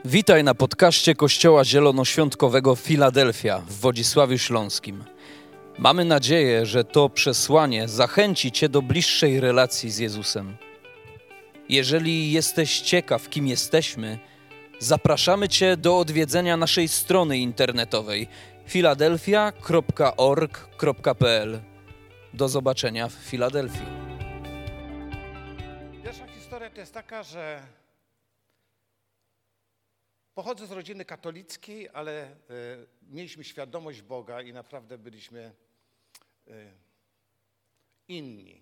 Witaj na podcaście Kościoła Zielonoświątkowego Filadelfia w Wodzisławiu Śląskim. Mamy nadzieję, że to przesłanie zachęci Cię do bliższej relacji z Jezusem. Jeżeli jesteś ciekaw, kim jesteśmy, zapraszamy Cię do odwiedzenia naszej strony internetowej filadelfia.org.pl. Do zobaczenia w Filadelfii. Pierwsza historia to jest taka, że pochodzę z rodziny katolickiej, ale mieliśmy świadomość Boga i naprawdę byliśmy inni.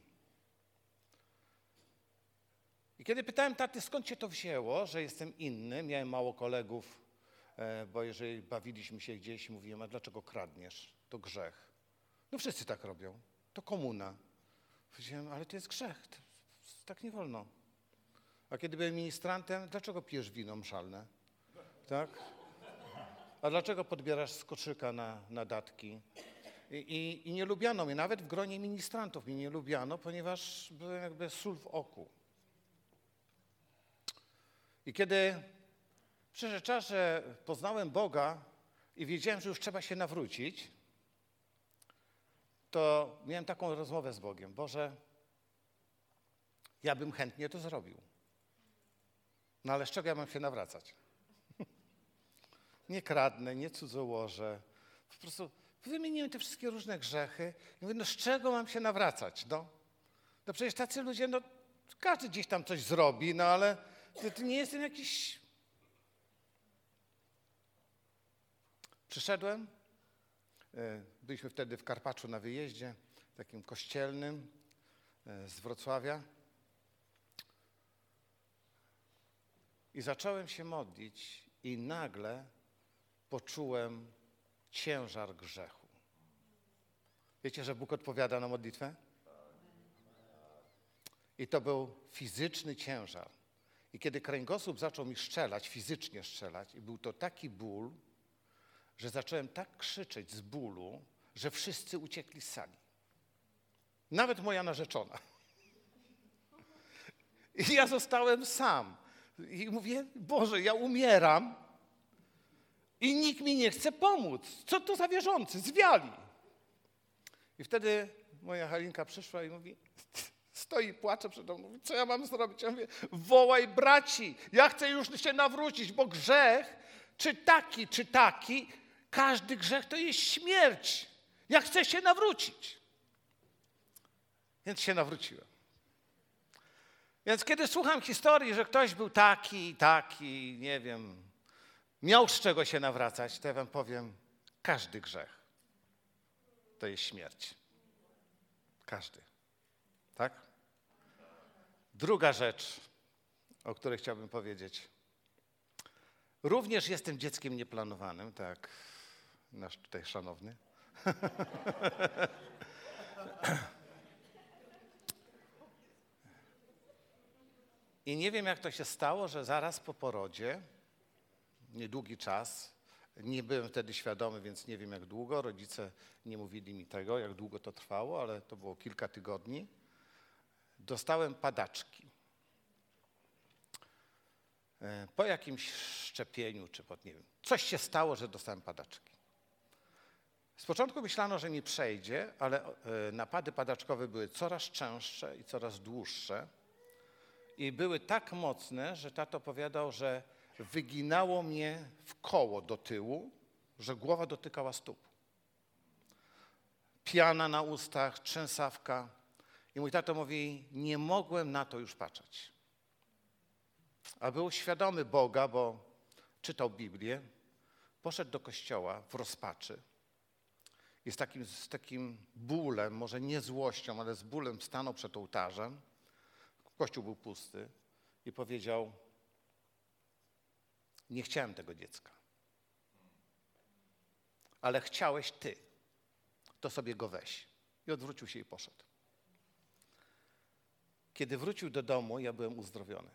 I kiedy pytałem taty, skąd się to wzięło, że jestem inny, miałem mało kolegów, bo jeżeli bawiliśmy się gdzieś, mówiłem, a dlaczego kradniesz? To grzech. No wszyscy tak robią, to komuna. Powiedziałem, ale to jest grzech, tak nie wolno. A kiedy byłem ministrantem, dlaczego pijesz wino mszalne? Tak? A dlaczego podbierasz z koszyka na datki? I nie lubiano mnie, nawet w gronie ministrantów mnie nie lubiano, ponieważ byłem jakby sól w oku. I kiedy przyszedł czas, że poznałem Boga i wiedziałem, że już trzeba się nawrócić, to miałem taką rozmowę z Bogiem. Boże, ja bym chętnie to zrobił. No ale z czego ja mam się nawracać? Nie kradnę, nie cudzołożę. Po prostu wymieniłem te wszystkie różne grzechy i mówię, no z czego mam się nawracać? No przecież tacy ludzie, no każdy gdzieś tam coś zrobi, no ale to nie jestem jakiś... Przyszedłem, byliśmy wtedy w Karpaczu na wyjeździe, takim kościelnym z Wrocławia i zacząłem się modlić i nagle poczułem ciężar grzechu. Wiecie, że Bóg odpowiada na modlitwę? I to był fizyczny ciężar. I kiedy kręgosłup zaczął mi strzelać, fizycznie strzelać, i był to taki ból, że zacząłem tak krzyczeć z bólu, że wszyscy uciekli z sali. Nawet moja narzeczona. I ja zostałem sam. I mówię, Boże, ja umieram i nikt mi nie chce pomóc. Co to za wierzący? Zwiali. I wtedy moja Halinka przyszła i mówi, stoi, płacze przede mną, mówi, co ja mam zrobić? Ja mówię, wołaj braci, ja chcę już się nawrócić, bo grzech, czy taki, każdy grzech to jest śmierć. Ja chcę się nawrócić. Więc się nawróciłem. Więc kiedy słucham historii, że ktoś był taki, nie wiem, miał z czego się nawracać, to ja wam powiem, każdy grzech to jest śmierć. Każdy. Tak? Druga rzecz, o której chciałbym powiedzieć. Również jestem dzieckiem nieplanowanym, tak nasz tutaj szanowny. I nie wiem, jak to się stało, że zaraz po porodzie, niedługi czas, nie byłem wtedy świadomy, więc nie wiem jak długo, rodzice nie mówili mi tego, jak długo to trwało, ale to było kilka tygodni, dostałem padaczki. Po jakimś szczepieniu, czy nie wiem, coś się stało, że dostałem padaczki. Z początku myślano, że mi przejdzie, ale napady padaczkowe były coraz częstsze i coraz dłuższe. I były tak mocne, że tato opowiadał, że wyginało mnie w koło do tyłu, że głowa dotykała stóp. Piana na ustach, trzęsawka. I mój tato mówi, nie mogłem na to już patrzeć. A był świadomy Boga, bo czytał Biblię, poszedł do kościoła w rozpaczy i z takim bólem, może nie złością, ale z bólem stanął przed ołtarzem. Kościół był pusty i powiedział, nie chciałem tego dziecka, ale chciałeś ty, to sobie go weź. I odwrócił się i poszedł. Kiedy wrócił do domu, ja byłem uzdrowiony.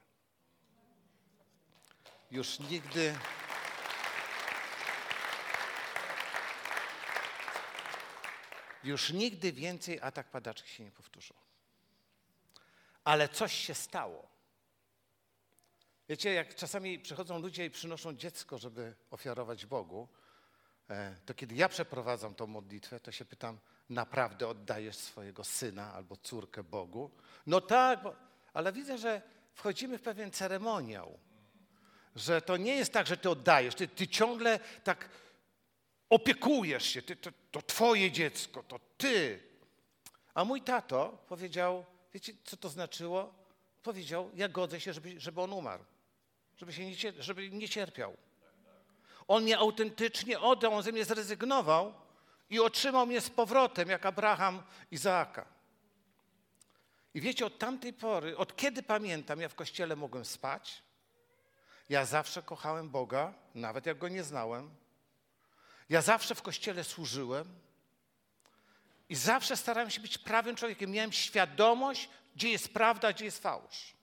Już nigdy więcej atak padaczki się nie powtórzył. Ale coś się stało. Wiecie, jak czasami przychodzą ludzie i przynoszą dziecko, żeby ofiarować Bogu, to kiedy ja przeprowadzam tą modlitwę, to się pytam, naprawdę oddajesz swojego syna albo córkę Bogu? No tak, ale widzę, że wchodzimy w pewien ceremoniał, że to nie jest tak, że ty oddajesz, ty ciągle tak opiekujesz się, to twoje dziecko, to ty. A mój tato powiedział, wiecie co to znaczyło? Powiedział, ja godzę się, żeby on umarł, żeby nie cierpiał. On mnie autentycznie oddał, on ze mnie zrezygnował i otrzymał mnie z powrotem, jak Abraham Izaaka. I wiecie, od tamtej pory, od kiedy pamiętam, ja w kościele mogłem spać, ja zawsze kochałem Boga, nawet jak Go nie znałem. Ja zawsze w kościele służyłem i zawsze starałem się być prawym człowiekiem. Miałem świadomość, gdzie jest prawda, a gdzie jest fałsz.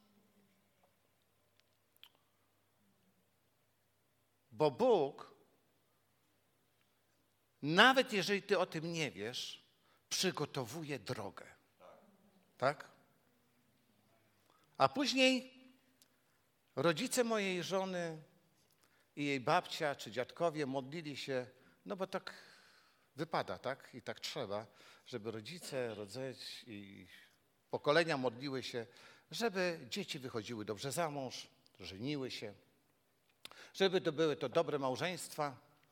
Bo Bóg, nawet jeżeli ty o tym nie wiesz, przygotowuje drogę. Tak? A później rodzice mojej żony i jej babcia czy dziadkowie modlili się, no bo tak wypada, tak? I tak trzeba, żeby rodzice, i pokolenia modliły się, żeby dzieci wychodziły dobrze za mąż, żeniły się, żeby to były dobre małżeństwa.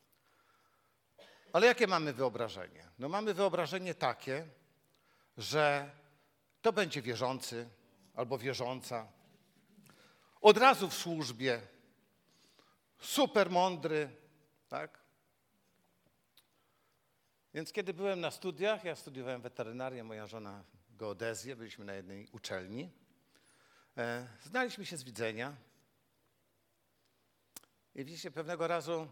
Ale jakie mamy wyobrażenie? No mamy wyobrażenie takie, że to będzie wierzący albo wierząca, od razu w służbie, super mądry, tak? Więc kiedy byłem na studiach, ja studiowałem weterynarię, moja żona geodezję, byliśmy na jednej uczelni, znaliśmy się z widzenia i widzicie, pewnego razu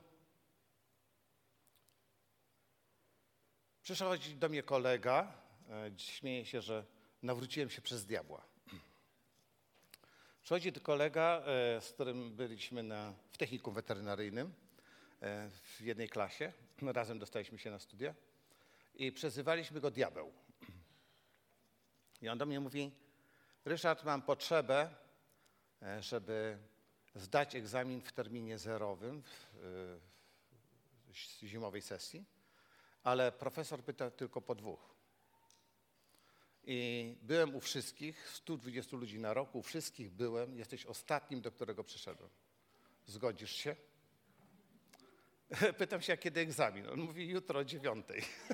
przyszedł do mnie kolega, śmieje się, że nawróciłem się przez diabła. Przychodzi kolega, z którym byliśmy w technikum weterynaryjnym w jednej klasie, razem dostaliśmy się na studia i przezywaliśmy go diabeł. I on do mnie mówi, Ryszard, mam potrzebę, żeby zdać egzamin w terminie zerowym w zimowej sesji, ale profesor pyta tylko po 2. I byłem u wszystkich, 120 ludzi na rok, u wszystkich byłem, jesteś ostatnim, do którego przyszedłem. Zgodzisz się? Pytam się, a kiedy egzamin? On mówi, jutro o 9.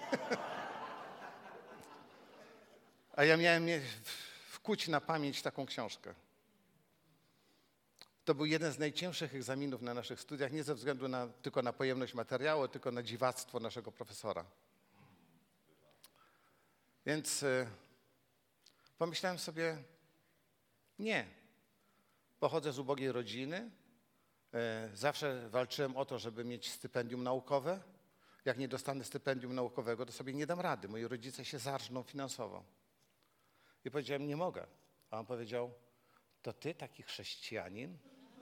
A ja miałem wkuć na pamięć taką książkę. To był jeden z najcięższych egzaminów na naszych studiach, nie ze względu tylko na pojemność materiału, tylko na dziwactwo naszego profesora. Więc pomyślałem sobie, nie, pochodzę z ubogiej rodziny, zawsze walczyłem o to, żeby mieć stypendium naukowe. Jak nie dostanę stypendium naukowego, to sobie nie dam rady. Moi rodzice się zarżną finansowo. I powiedziałem, nie mogę. A on powiedział, to ty taki chrześcijanin?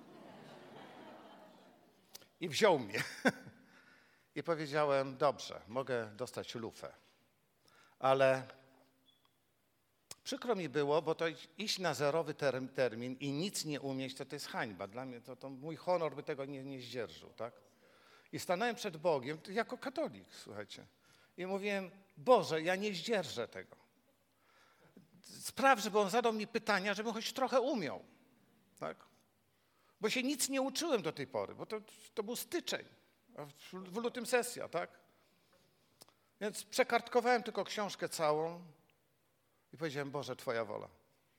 I wziął mnie. I powiedziałem, dobrze, mogę dostać lufę. Ale przykro mi było, bo to iść na zerowy termin i nic nie umieć, to jest hańba. Dla mnie to mój honor by tego nie zdzierżył, tak? I stanąłem przed Bogiem jako katolik, słuchajcie. I mówiłem, Boże, ja nie zdzierżę tego. Spraw, żeby On zadał mi pytania, żebym choć trochę umiał, tak? Bo się nic nie uczyłem do tej pory, bo to był styczeń, a w lutym sesja, tak? Więc przekartkowałem tylko książkę całą i powiedziałem, Boże, Twoja wola.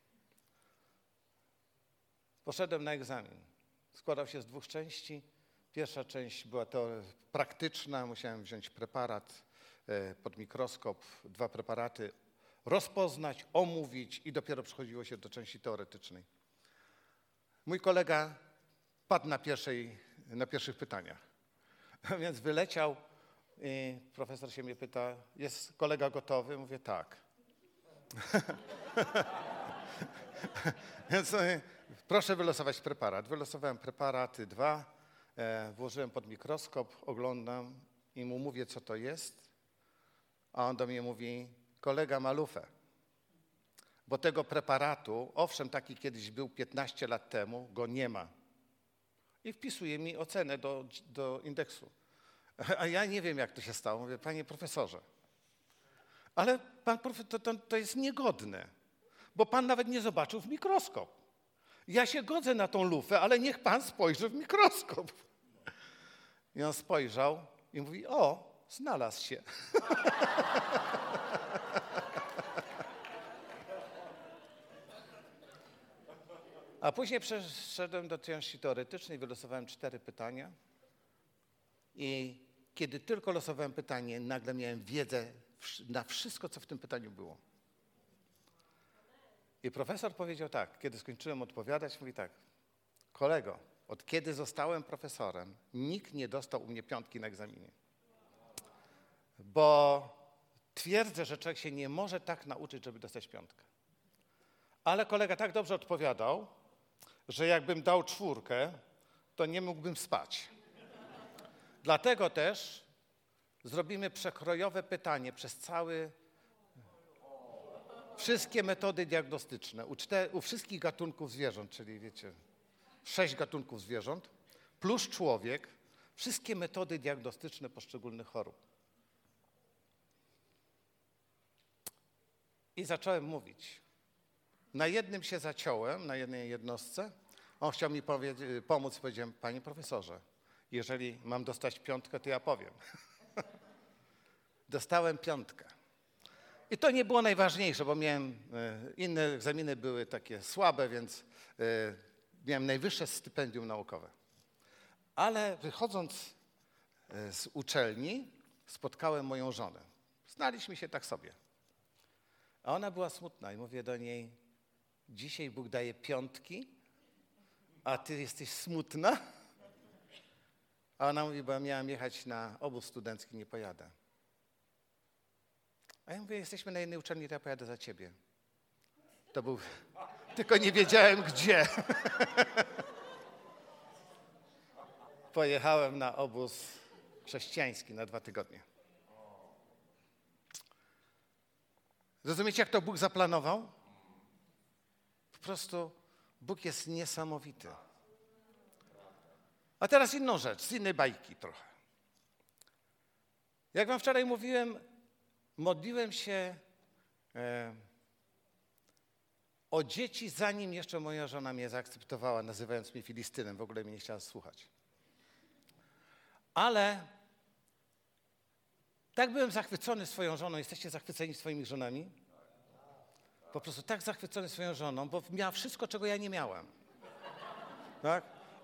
Poszedłem na egzamin. Składał się z 2 części. Pierwsza część była praktyczna, musiałem wziąć preparat pod mikroskop, 2 preparaty, rozpoznać, omówić i dopiero przechodziło się do części teoretycznej. Mój kolega padł na pierwszych pytaniach, więc wyleciał i profesor się mnie pyta, jest kolega gotowy? Mówię, tak. Więc proszę wylosować preparat. Wylosowałem preparaty 2, włożyłem pod mikroskop, oglądam i mu mówię, co to jest, a on do mnie mówi, kolega ma lufę, bo tego preparatu, owszem, taki kiedyś był 15 lat temu, go nie ma. i wpisuje mi ocenę do indeksu. A ja nie wiem, jak to się stało. Mówię, panie profesorze, ale pan profesor, to jest niegodne, bo pan nawet nie zobaczył w mikroskop. Ja się godzę na tą lufę, ale niech pan spojrzy w mikroskop. I on spojrzał i mówi, o, znalazł się. A później przeszedłem do części teoretycznej, wylosowałem 4 pytania i kiedy tylko losowałem pytanie, nagle miałem wiedzę na wszystko, co w tym pytaniu było. I profesor powiedział tak, kiedy skończyłem odpowiadać, mówi tak, kolego, od kiedy zostałem profesorem, nikt nie dostał u mnie 5 na egzaminie. Bo twierdzę, że człowiek się nie może tak nauczyć, żeby dostać 5. Ale kolega tak dobrze odpowiadał, że jakbym dał 4, to nie mógłbym spać. Dlatego też zrobimy przekrojowe pytanie przez wszystkie metody diagnostyczne, u wszystkich gatunków zwierząt, czyli wiecie, 6 gatunków zwierząt, plus człowiek, wszystkie metody diagnostyczne poszczególnych chorób. I zacząłem mówić. Na jednym się zaciąłem, na jednej jednostce. On chciał mi pomóc, powiedziałem, panie profesorze, jeżeli mam dostać 5, to ja powiem. Dostałem 5. I to nie było najważniejsze, bo inne egzaminy były takie słabe, więc miałem najwyższe stypendium naukowe. Ale wychodząc z uczelni, spotkałem moją żonę. Znaliśmy się tak sobie. A ona była smutna i mówię do niej, dzisiaj Bóg daje 5, a ty jesteś smutna? A ona mówi, bo ja miałam jechać na obóz studencki, nie pojadę. A ja mówię, jesteśmy na jednej uczelni, to ja pojadę za ciebie. To był, tylko nie wiedziałem gdzie. Pojechałem na obóz chrześcijański na 2 tygodnie. Rozumiecie, jak to Bóg zaplanował? Po prostu Bóg jest niesamowity. A teraz inną rzecz, z innej bajki trochę. Jak wam wczoraj mówiłem, modliłem się o dzieci, zanim jeszcze moja żona mnie zaakceptowała, nazywając mnie Filistynem. W ogóle mnie nie chciała słuchać. Ale tak byłem zachwycony swoją żoną. Jesteście zachwyceni swoimi żonami? Po prostu tak zachwycony swoją żoną, bo miała wszystko, czego ja nie miałem. Tak?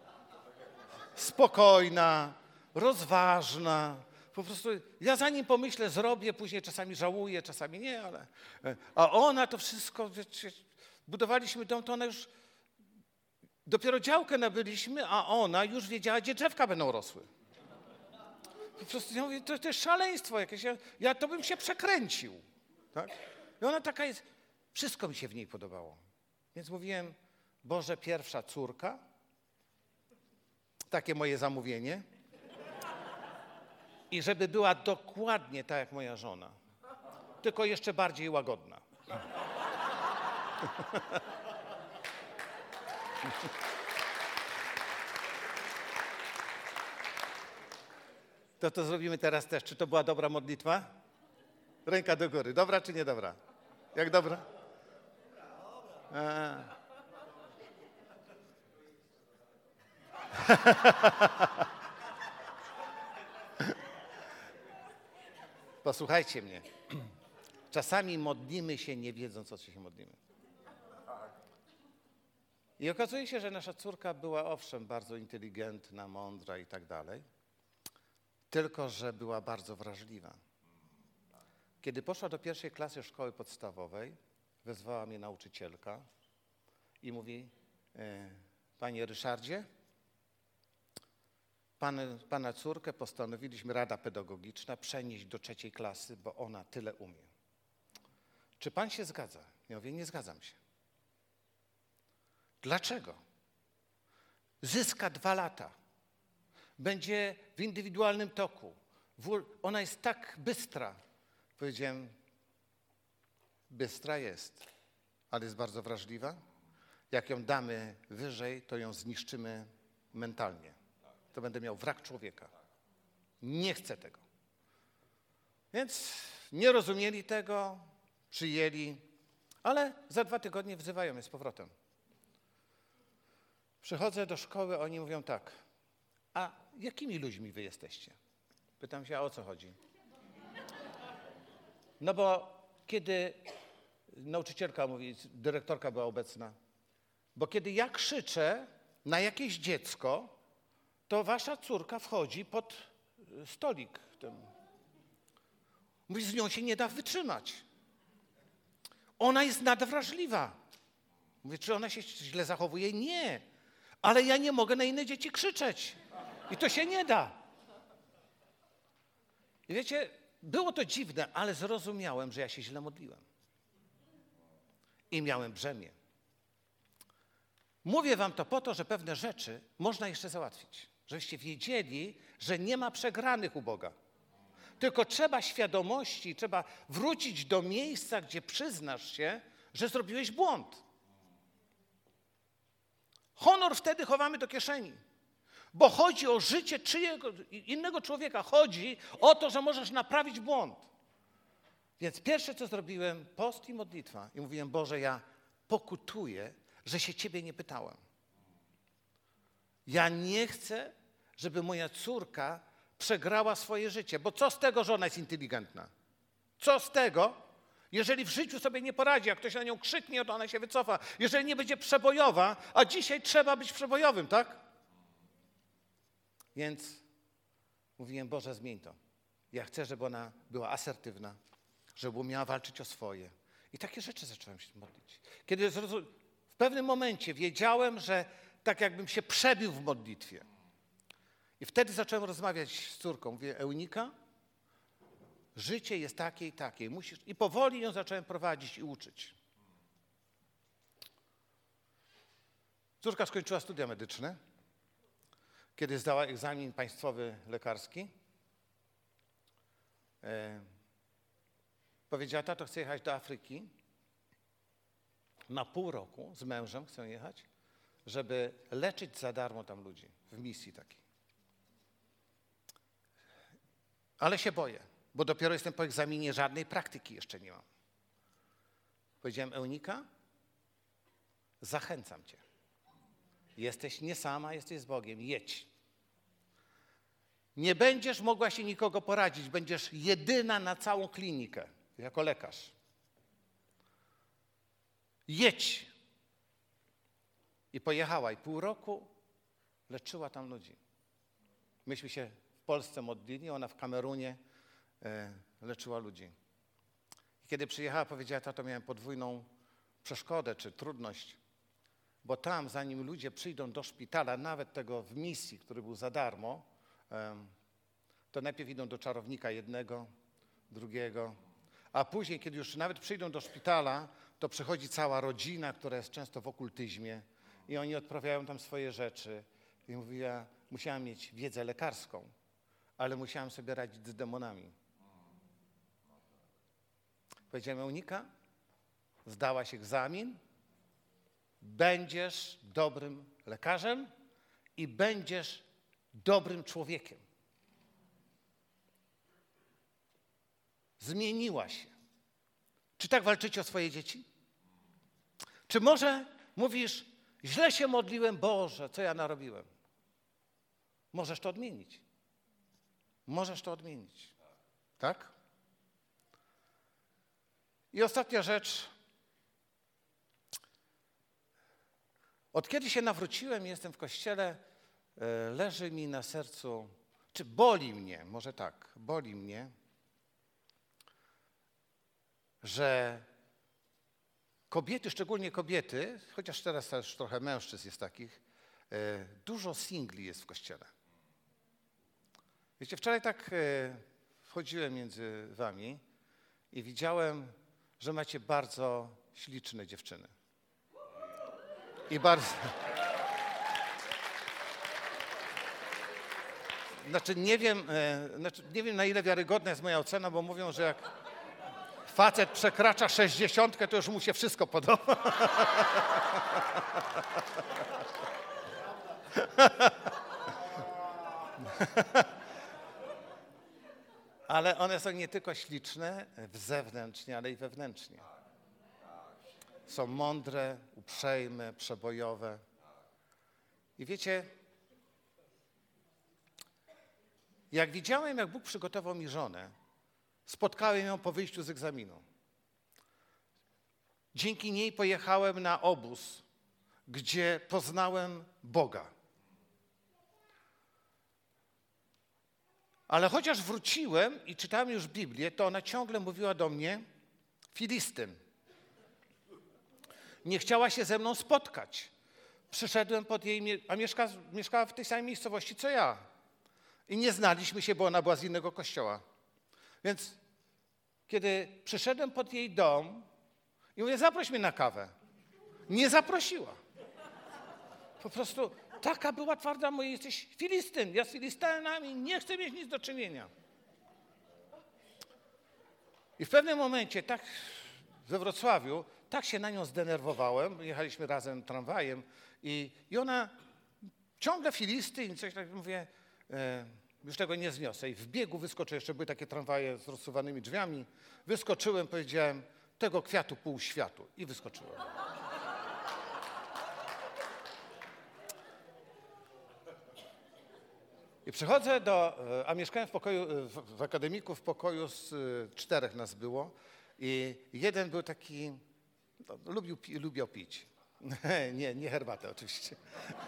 Spokojna, rozważna. Po prostu ja zanim pomyślę, zrobię, później czasami żałuję, czasami nie, ale... A ona to wszystko, wiecie, budowaliśmy dom, to ona już... Dopiero działkę nabyliśmy, a ona już wiedziała, gdzie drzewka będą rosły. Po prostu ja mówię, to jest szaleństwo jakieś. Ja to bym się przekręcił. Tak? I ona taka jest... Wszystko mi się w niej podobało. Więc mówiłem, Boże, pierwsza córka, takie moje zamówienie. I żeby była dokładnie tak jak moja żona, tylko jeszcze bardziej łagodna. To zrobimy teraz też. Czy to była dobra modlitwa? Ręka do góry. Dobra czy niedobra? Jak dobra? Posłuchajcie mnie. Czasami modlimy się, nie wiedząc, o co się modlimy. I okazuje się, że nasza córka była owszem bardzo inteligentna, mądra i tak dalej, tylko że była bardzo wrażliwa. Kiedy poszła do 1. klasy szkoły podstawowej, wezwała mnie nauczycielka i mówi, panie Ryszardzie, pana córkę postanowiliśmy, Rada Pedagogiczna, przenieść do 3. klasy, bo ona tyle umie. Czy pan się zgadza? Ja mówię, nie zgadzam się. Dlaczego? Zyska 2 lata. Będzie w indywidualnym toku. Ona jest tak bystra. Powiedziałem, bystra jest, ale jest bardzo wrażliwa. Jak ją damy wyżej, to ją zniszczymy mentalnie. To będę miał wrak człowieka. Nie chcę tego. Więc nie rozumieli tego, przyjęli, ale za 2 tygodnie wzywają mnie z powrotem. Przychodzę do szkoły, oni mówią tak, a jakimi ludźmi wy jesteście? Pytam się, a o co chodzi? No bo kiedy nauczycielka mówi, dyrektorka była obecna, bo kiedy ja krzyczę na jakieś dziecko, to wasza córka wchodzi pod stolik. Mówi, z nią się nie da wytrzymać. Ona jest nadwrażliwa. Mówię, czy ona się źle zachowuje? Nie. Ale ja nie mogę na inne dzieci krzyczeć. I to się nie da. I wiecie, było to dziwne, ale zrozumiałem, że ja się źle modliłem. I miałem brzemię. Mówię wam to po to, że pewne rzeczy można jeszcze załatwić. Żebyście wiedzieli, że nie ma przegranych u Boga. Tylko trzeba świadomości, trzeba wrócić do miejsca, gdzie przyznasz się, że zrobiłeś błąd. Honor wtedy chowamy do kieszeni, bo chodzi o życie innego człowieka. Chodzi o to, że możesz naprawić błąd. Więc pierwsze, co zrobiłem, post i modlitwa. I mówiłem, Boże, ja pokutuję, że się Ciebie nie pytałem. Ja nie chcę, żeby moja córka przegrała swoje życie, bo co z tego, że ona jest inteligentna? Co z tego, jeżeli w życiu sobie nie poradzi, jak ktoś na nią krzyknie, to ona się wycofa. Jeżeli nie będzie przebojowa, a dzisiaj trzeba być przebojowym, tak? Więc mówiłem, Boże, zmień to. Ja chcę, żeby ona była asertywna, żeby umiała walczyć o swoje. I takie rzeczy zacząłem się modlić. Kiedy w pewnym momencie wiedziałem, że tak jakbym się przebił w modlitwie. I wtedy zacząłem rozmawiać z córką. Mówię, Eunika, życie jest takie i takie. Musisz... I powoli ją zacząłem prowadzić i uczyć. Córka skończyła studia medyczne. Kiedy zdała egzamin państwowy lekarski, powiedziała, tato, chcę jechać do Afryki. Na pół roku z mężem chcę jechać, żeby leczyć za darmo tam ludzi w misji takiej. Ale się boję, bo dopiero jestem po egzaminie, żadnej praktyki jeszcze nie mam. Powiedziałem, Eunika, zachęcam cię. Jesteś nie sama, jesteś z Bogiem, jedź. Nie będziesz mogła się nikogo poradzić, będziesz jedyna na całą klinikę, jako lekarz. Jedź. I pojechała i pół roku leczyła tam ludzi. Myśmy się w Polsce modlili, ona w Kamerunie leczyła ludzi. I kiedy przyjechała, powiedziała, tato, miałem podwójną przeszkodę czy trudność, bo tam, zanim ludzie przyjdą do szpitala, nawet tego w misji, który był za darmo, to najpierw idą do czarownika jednego, drugiego, a później, kiedy już nawet przyjdą do szpitala, to przychodzi cała rodzina, która jest często w okultyzmie i oni odprawiają tam swoje rzeczy. I mówi, ja musiałam mieć wiedzę lekarską, ale musiałam sobie radzić z demonami. Powiedziałem, Eunika, zdałaś egzamin, będziesz dobrym lekarzem i będziesz dobrym człowiekiem. Zmieniła się. Czy tak walczycie o swoje dzieci? Czy może mówisz, źle się modliłem, Boże, co ja narobiłem? Możesz to odmienić. Możesz to odmienić. Tak? I ostatnia rzecz. Od kiedy się nawróciłem, jestem w kościele, leży mi na sercu, czy boli mnie, może tak, boli mnie, że kobiety, szczególnie kobiety, chociaż teraz też trochę mężczyzn jest takich, dużo singli jest w kościele. Wiecie, wczoraj tak wchodziłem między wami i widziałem, że macie bardzo śliczne dziewczyny. I bardzo... nie wiem, na ile wiarygodna jest moja ocena, bo mówią, że jak facet przekracza 60, to już mu się wszystko podoba. Ale one są nie tylko śliczne zewnętrznie, ale i wewnętrznie. Są mądre, uprzejme, przebojowe. I wiecie, jak widziałem, jak Bóg przygotował mi żonę, spotkałem ją po wyjściu z egzaminu. Dzięki niej pojechałem na obóz, gdzie poznałem Boga. Ale chociaż wróciłem i czytałem już Biblię, to ona ciągle mówiła do mnie: Filistyn. Nie chciała się ze mną spotkać. Przyszedłem pod jej, a mieszkała w tej samej miejscowości co ja. I nie znaliśmy się, bo ona była z innego kościoła. Więc kiedy przyszedłem pod jej dom i mówię: zaproś mnie na kawę. Nie zaprosiła. Po prostu taka była twarda, mówię: jesteś Filistyn, ja z Filistynami nie chcę mieć nic do czynienia. I w pewnym momencie, tak we Wrocławiu, tak się na nią zdenerwowałem, jechaliśmy razem tramwajem i ona ciągle Filistyn, coś tak, mówię, już tego nie zniosę. I w biegu wyskoczyłem, jeszcze były takie tramwaje z rozsuwanymi drzwiami, wyskoczyłem, powiedziałem: tego kwiatu pół światu, i wyskoczyłem. I przychodzę a mieszkałem w pokoju, w akademiku, w pokoju z 4 nas było i jeden był taki, no, lubił pić. nie herbatę oczywiście.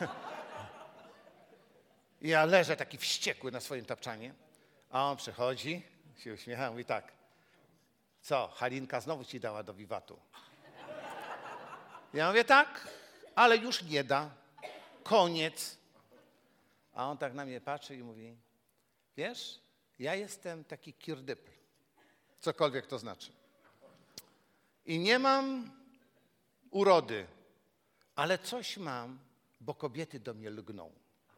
I ja leżę taki wściekły na swoim tapczanie, a on przychodzi, się uśmiecha, mówi tak: co, Halinka znowu ci dała do wiwatu? Ja mówię: tak, ale już nie da, koniec. A on tak na mnie patrzy i mówi: wiesz, ja jestem taki kirdypl, cokolwiek to znaczy. I nie mam urody, ale coś mam, bo kobiety do mnie lgną.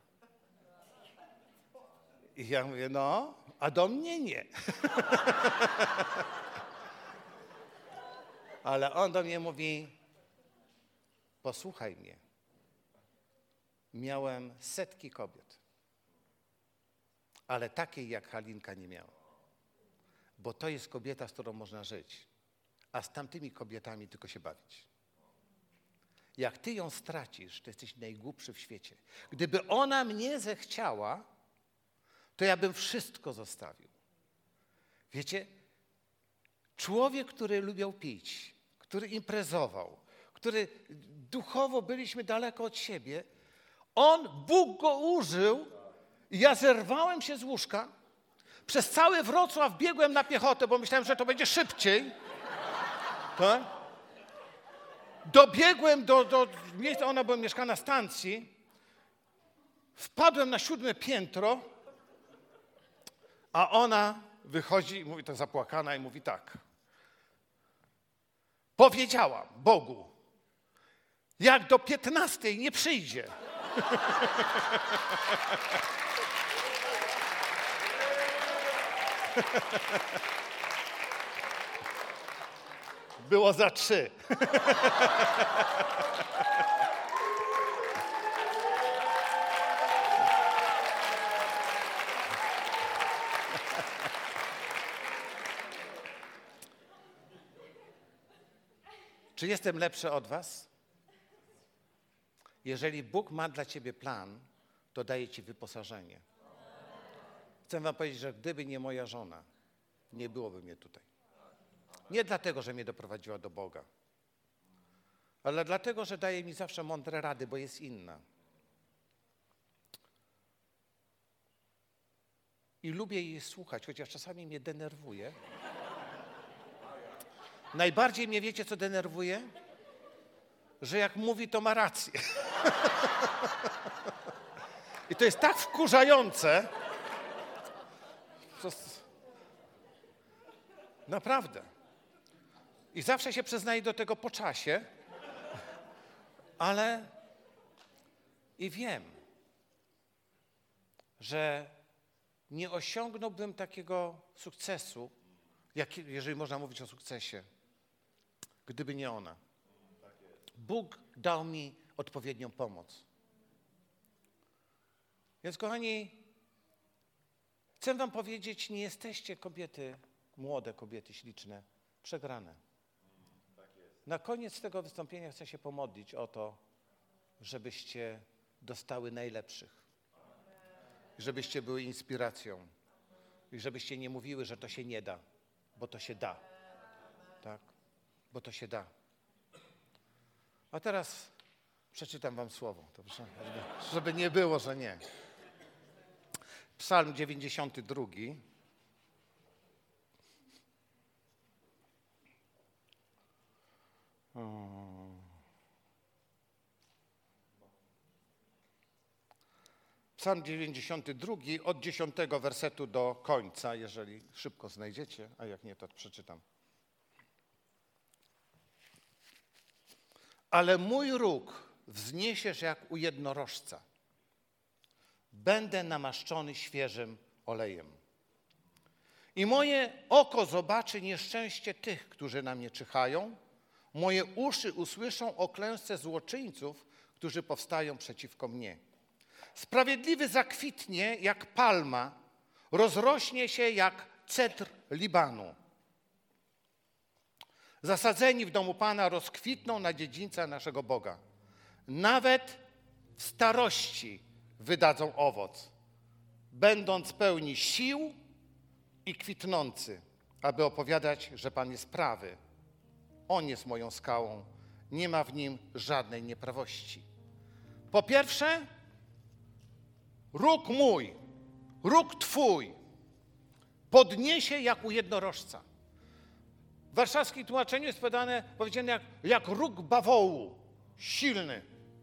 I ja mówię: no, a do mnie nie. Ale on do mnie mówi: posłuchaj mnie. Miałem setki kobiet, ale takiej jak Halinka nie miałem. Bo to jest kobieta, z którą można żyć, a z tamtymi kobietami tylko się bawić. Jak ty ją stracisz, to jesteś najgłupszy w świecie. Gdyby ona mnie zechciała, to ja bym wszystko zostawił. Wiecie, człowiek, który lubił pić, który imprezował, który duchowo byliśmy daleko od siebie, Bóg go użył i ja zerwałem się z łóżka. Przez cały Wrocław biegłem na piechotę, bo myślałem, że to będzie szybciej. Tak? Dobiegłem do miejsca, ona była mieszkała na stacji. Wpadłem na 7. piętro, a ona wychodzi i mówi, tak zapłakana, i mówi tak: powiedziałam Bogu, jak do 15 nie przyjdzie, było za 3. Czy jestem lepszy od was? Jeżeli Bóg ma dla ciebie plan, to daje ci wyposażenie. Chcę wam powiedzieć, że gdyby nie moja żona, nie byłoby mnie tutaj. Nie dlatego, że mnie doprowadziła do Boga, ale dlatego, że daje mi zawsze mądre rady, bo jest inna. I lubię jej słuchać, chociaż czasami mnie denerwuje. Najbardziej mnie, wiecie, co denerwuje? Że jak mówi, to ma rację. I to jest tak wkurzające. Naprawdę. I zawsze się przyznaję do tego po czasie, ale i wiem, że nie osiągnąłbym takiego sukcesu, jeżeli można mówić o sukcesie, gdyby nie ona. Bóg dał mi odpowiednią pomoc. Więc kochani, Chcę wam powiedzieć, nie jesteście kobiety, młode kobiety śliczne, przegrane. Na koniec tego wystąpienia chcę się pomodlić o to, żebyście dostały najlepszych. Żebyście były inspiracją. I żebyście nie mówiły, że to się nie da, bo to się da. Tak? Bo to się da. A teraz przeczytam wam słowo, dobrze? Żeby nie było, że nie. Psalm 92. Psalm 92 od 10 wersetu do końca, jeżeli szybko znajdziecie, a jak nie, to przeczytam. Ale mój róg wzniesiesz jak u jednorożca. Będę namaszczony świeżym olejem. I moje oko zobaczy nieszczęście tych, którzy na mnie czyhają. Moje uszy usłyszą o klęsce złoczyńców, którzy powstają przeciwko mnie. Sprawiedliwy zakwitnie jak palma, rozrośnie się jak cedr Libanu. Zasadzeni w domu Pana rozkwitną na dziedzińca naszego Boga. Nawet w starości wydadzą owoc, będąc pełni sił i kwitnący, aby opowiadać, że Pan jest prawy. On jest moją skałą, nie ma w nim żadnej nieprawości. Po pierwsze, róg mój, róg twój podniesie jak u jednorożca. W warszawskim tłumaczeniu jest powiedziane jak róg bawołu, silny.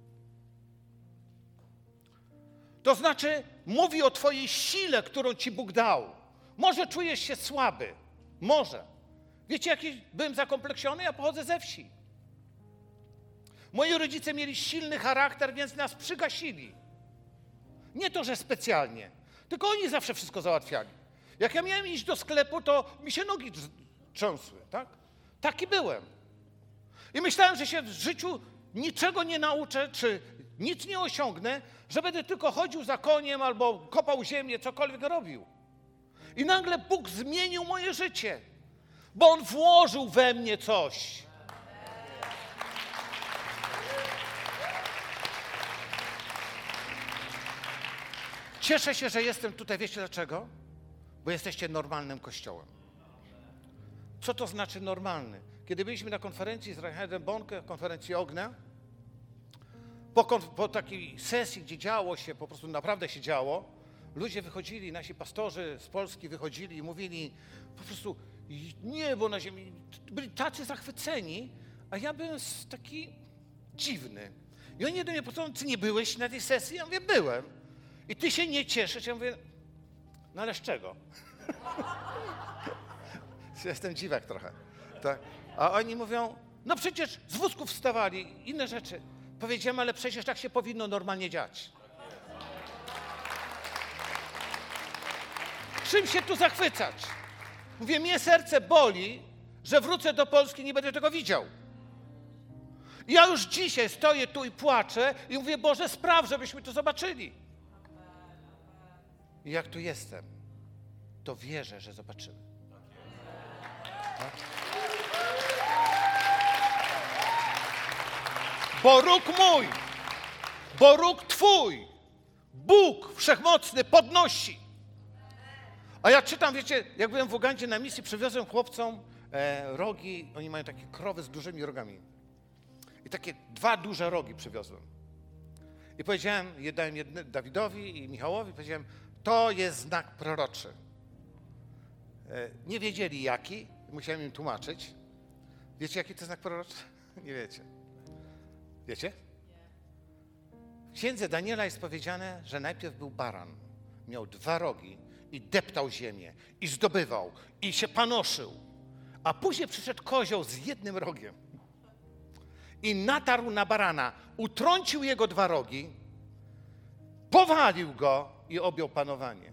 To znaczy, mówi o twojej sile, którą ci Bóg dał. Może czujesz się słaby, może. Wiecie, jaki byłem zakompleksiony? Ja pochodzę ze wsi. Moi rodzice mieli silny charakter, więc nas przygasili. Nie to, że specjalnie, tylko oni zawsze wszystko załatwiali. Jak ja miałem iść do sklepu, to mi się nogi trzęsły, tak? Taki byłem. I myślałem, że się w życiu niczego nie nauczę, czy nic nie osiągnę, że będę tylko chodził za koniem albo kopał ziemię, cokolwiek robił. I nagle Bóg zmienił moje życie, bo On włożył we mnie coś. Cieszę się, że jestem tutaj. Wiecie dlaczego? Bo jesteście normalnym kościołem. Co to znaczy normalny? Kiedy byliśmy na konferencji z Reinhardem Bonke, konferencji Ognia, po takiej sesji, gdzie działo się, po prostu naprawdę się działo, ludzie wychodzili, nasi pastorzy z Polski wychodzili i mówili po prostu niebo na ziemi. Byli tacy zachwyceni, a ja byłem taki dziwny. I oni do mnie pytają, ty nie byłeś na tej sesji? Ja mówię, byłem. I ty się nie cieszysz? Ja mówię, no ale z czego? Jestem dziwak trochę. Tak. A oni mówią, no przecież z wózków wstawali, inne rzeczy. Powiedziałem, ale przecież tak się powinno normalnie dziać. Czym się tu zachwycać? Mówię, mnie serce boli, że wrócę do Polski i nie będę tego widział. Ja już dzisiaj stoję tu i płaczę i mówię, Boże, spraw, żebyśmy to zobaczyli. I jak tu jestem, to wierzę, że zobaczymy. Tak? Bo róg mój, bo róg twój, Bóg Wszechmocny podnosi. A ja czytam, wiecie, jak byłem w Ugandzie na misji, przywiozłem chłopcom rogi, oni mają takie krowy z dużymi rogami. I takie 2 duże rogi przywiozłem. I powiedziałem, dałem jedne Dawidowi i Michałowi, powiedziałem, to jest znak proroczy. Nie wiedzieli jaki, musiałem im tłumaczyć. Wiecie, jaki to znak proroczy? Nie wiecie. Wiecie? W księdze Daniela jest powiedziane, że najpierw był baran, miał 2 rogi i deptał ziemię, i zdobywał, i się panoszył. A później przyszedł kozioł z 1 rogiem i natarł na barana, utrącił jego 2 rogi, powalił go i objął panowanie.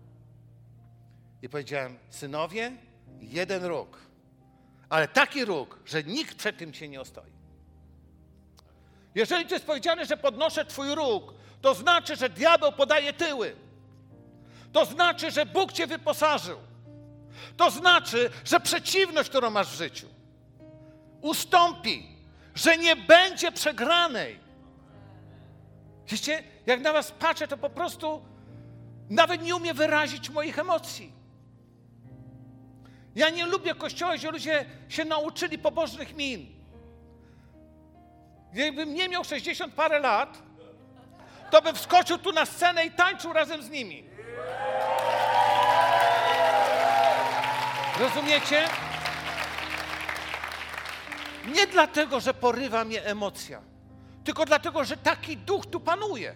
I powiedziałem, synowie, 1 róg, ale taki róg, że nikt przed tym się nie ostoi. Jeżeli to jest powiedziane, że podnoszę twój róg, to znaczy, że diabeł podaje tyły. To znaczy, że Bóg cię wyposażył. To znaczy, że przeciwność, którą masz w życiu, ustąpi, że nie będzie przegranej. Wiecie, jak na was patrzę, to po prostu nawet nie umiem wyrazić moich emocji. Ja nie lubię kościoła, gdzie ludzie się nauczyli pobożnych min. Gdybym nie miał 60 parę lat, to bym wskoczył tu na scenę i tańczył razem z nimi. Rozumiecie? Nie dlatego, że porywa mnie emocja, tylko dlatego, że taki duch tu panuje.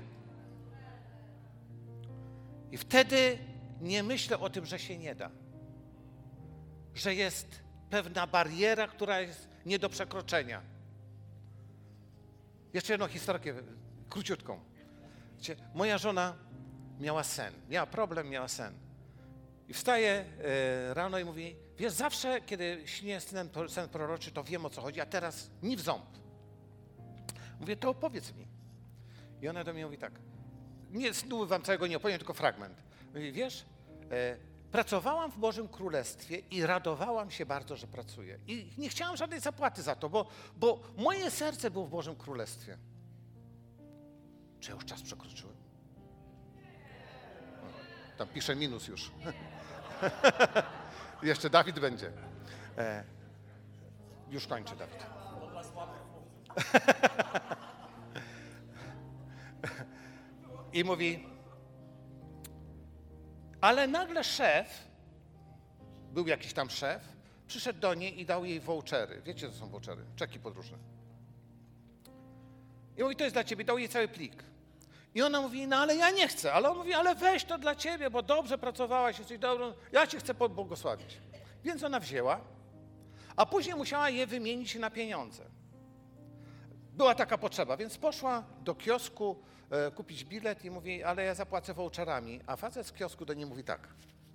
I wtedy nie myślę o tym, że się nie da. Że jest pewna bariera, która jest nie do przekroczenia. Jeszcze jedną historię, króciutką. Moja żona miała sen, miała problem, miała sen. I wstaje rano i mówi, wiesz, zawsze kiedy śnię sen proroczy, to wiem, o co chodzi, a teraz ni w ząb. Mówię, to opowiedz mi. I ona do mnie mówi tak, nie snu wam całego nie opowiem, tylko fragment. Mówi, wiesz, pracowałam w Bożym Królestwie i radowałam się bardzo, że pracuję. I nie chciałam żadnej zapłaty za to, bo moje serce było w Bożym Królestwie. Czy ja już czas przekroczyłem? Tam pisze minus już. Jeszcze Dawid będzie. Już kończę, Dawid. I mówi, ale nagle szef, był jakiś tam szef, przyszedł do niej i dał jej vouchery. Wiecie, co są vouchery? Czeki podróżne. I mówi, to jest dla ciebie, dał jej cały plik. I ona mówi, no ale ja nie chcę. Ale on mówi, ale weź to dla ciebie, bo dobrze pracowałaś, jesteś dobrą, ja cię chcę pobłogosławić. Więc ona wzięła, a później musiała je wymienić na pieniądze. Była taka potrzeba, więc poszła do kiosku kupić bilet i mówi, ale ja zapłacę voucherami. A facet z kiosku do niej mówi tak.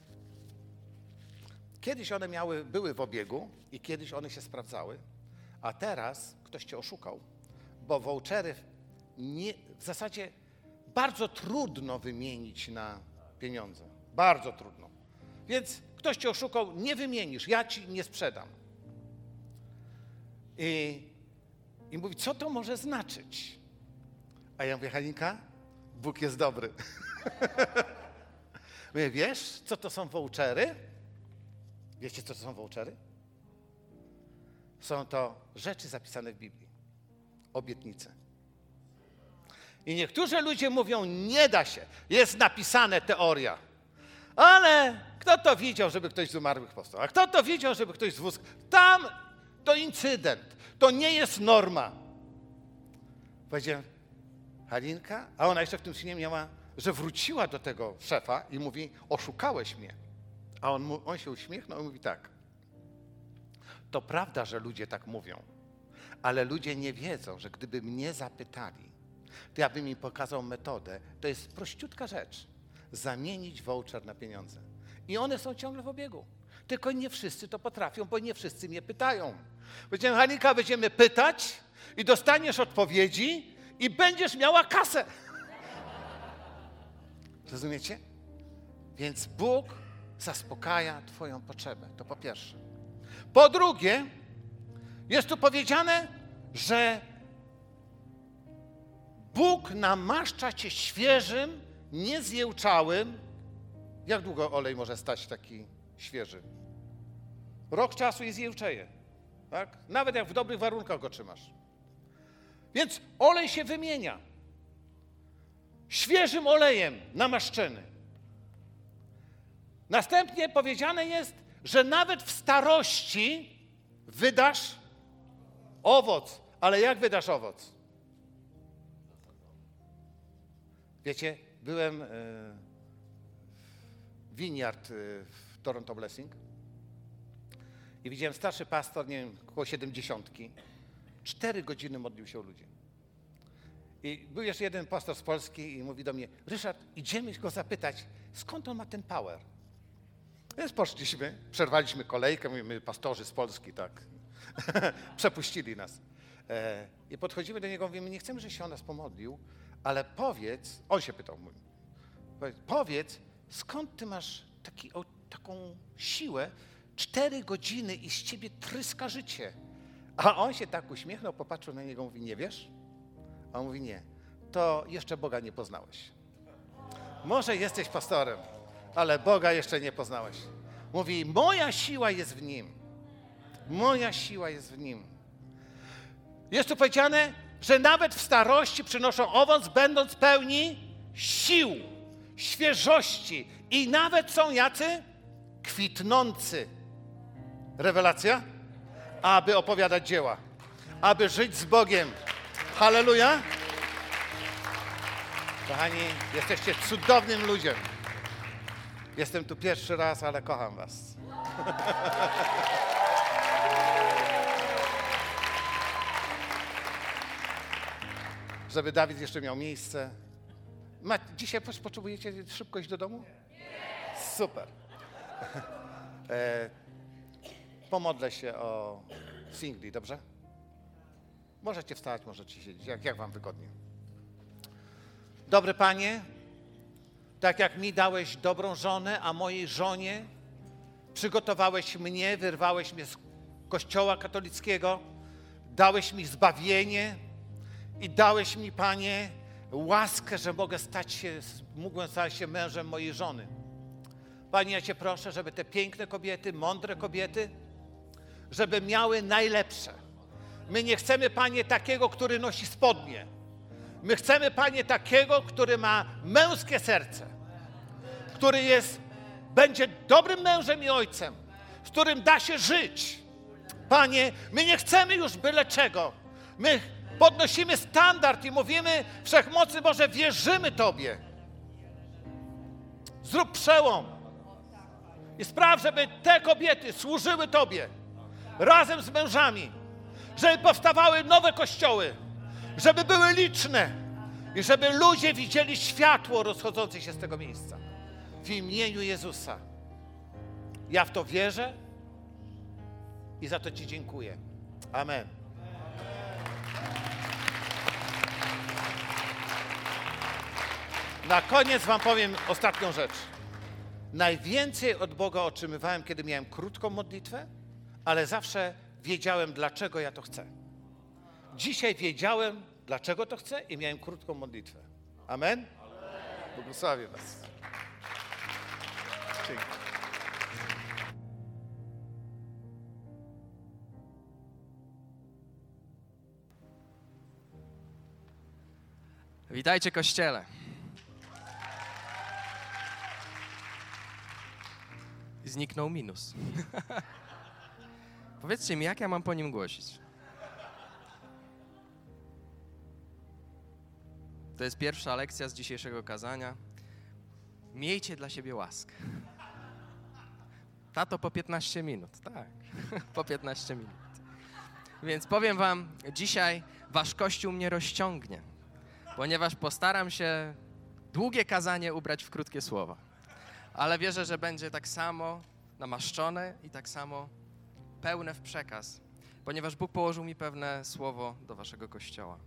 Kiedyś one były w obiegu i kiedyś one się sprawdzały, a teraz ktoś cię oszukał, bo vouchery w zasadzie bardzo trudno wymienić na pieniądze. Bardzo trudno. Więc ktoś cię oszukał, nie wymienisz, ja ci nie sprzedam. I mówi, co to może znaczyć? A ja mówię, Halinka, Bóg jest dobry. Mówię, wiesz, co to są vouchery? Wiecie, co to są vouchery? Są to rzeczy zapisane w Biblii. Obietnice. I niektórzy ludzie mówią, nie da się, jest napisane teoria. Ale kto to widział, żeby ktoś z umarłych powstał? A kto to widział, żeby ktoś z wózka? Tam to incydent, to nie jest norma. Powiedziałem, Halinka, a ona jeszcze w tym śnie miała, że wróciła do tego szefa i mówi, oszukałeś mnie. A on się uśmiechnął i mówi tak. To prawda, że ludzie tak mówią, ale ludzie nie wiedzą, że gdyby mnie zapytali, to ja bym im pokazał metodę. To jest prościutka rzecz. Zamienić voucher na pieniądze. I one są ciągle w obiegu. Tylko nie wszyscy to potrafią, bo nie wszyscy mnie pytają. Powiedziałem, Halinka, będziemy pytać i dostaniesz odpowiedzi i będziesz miała kasę. Rozumiecie? Więc Bóg zaspokaja twoją potrzebę. To po pierwsze. Po drugie, jest tu powiedziane, że Bóg namaszcza cię świeżym, niezjełczałym. Jak długo olej może stać taki świeży? Rok czasu i zjełczeje. Tak? Nawet jak w dobrych warunkach go trzymasz. Więc olej się wymienia. Świeżym olejem namaszczony. Następnie powiedziane jest, że nawet w starości wydasz owoc. Ale jak wydasz owoc? Wiecie, byłem w Vineyard w Toronto Blessing i widziałem starszy pastor, nie wiem, około 70. 4 godziny modlił się o ludzi. I był jeszcze jeden pastor z Polski i mówi do mnie, Ryszard, idziemy go zapytać, skąd on ma ten power? Więc poszliśmy, przerwaliśmy kolejkę, mówimy, pastorzy z Polski, tak, przepuścili nas. I podchodzimy do niego, mówimy, nie chcemy, żebyś się o nas pomodlił, ale powiedz, on się pytał, powiedz, skąd ty masz taką siłę? 4 godziny i z ciebie tryska życie. A on się tak uśmiechnął, popatrzył na niego, mówi, nie wiesz? A on mówi, nie, to jeszcze Boga nie poznałeś. Może jesteś pastorem, ale Boga jeszcze nie poznałeś. Mówi, moja siła jest w Nim. Moja siła jest w Nim. Jest tu powiedziane, że nawet w starości przynoszą owoc, będąc pełni sił, świeżości i nawet są jacy? Kwitnący. Rewelacja? Aby opowiadać dzieła, aby żyć z Bogiem. Halleluja! Kochani, jesteście cudownym ludziom. Jestem tu pierwszy raz, ale kocham was. Żeby Dawid jeszcze miał miejsce. Dzisiaj potrzebujecie szybko iść do domu? Super. Pomodlę się o singli, dobrze? Możecie wstać, możecie siedzieć, jak wam wygodnie. Dobry Panie, tak jak mi dałeś dobrą żonę, a mojej żonie przygotowałeś mnie, wyrwałeś mnie z Kościoła katolickiego, dałeś mi zbawienie i dałeś mi, Panie, łaskę, że mógłem stać się mężem mojej żony. Panie, ja Cię proszę, żeby te piękne kobiety, mądre kobiety, żeby miały najlepsze. My nie chcemy, Panie, takiego, który nosi spodnie. My chcemy, Panie, takiego, który ma męskie serce, który będzie dobrym mężem i ojcem, z którym da się żyć. Panie, my nie chcemy już byle czego. My podnosimy standard i mówimy, Wszechmocy Boże, wierzymy Tobie. Zrób przełom i spraw, żeby te kobiety służyły Tobie razem z mężami, żeby powstawały nowe kościoły, żeby były liczne i żeby ludzie widzieli światło rozchodzące się z tego miejsca. W imieniu Jezusa. Ja w to wierzę i za to Ci dziękuję. Amen. Na koniec wam powiem ostatnią rzecz. Najwięcej od Boga otrzymywałem, kiedy miałem krótką modlitwę, ale zawsze wiedziałem, dlaczego ja to chcę. Dzisiaj wiedziałem, dlaczego to chcę i miałem krótką modlitwę. Amen? Błogosławię was. Dzięki. Witajcie, Kościele. Zniknął minus. Powiedzcie mi, jak ja mam po nim głosić? To jest pierwsza lekcja z dzisiejszego kazania. Miejcie dla siebie łaskę. Tato, po 15 minut. Tak, po 15 minut. Więc powiem wam, dzisiaj wasz Kościół mnie rozciągnie, ponieważ postaram się długie kazanie ubrać w krótkie słowa. Ale wierzę, że będzie tak samo namaszczone i tak samo pełne w przekaz, ponieważ Bóg położył mi pewne słowo do waszego Kościoła.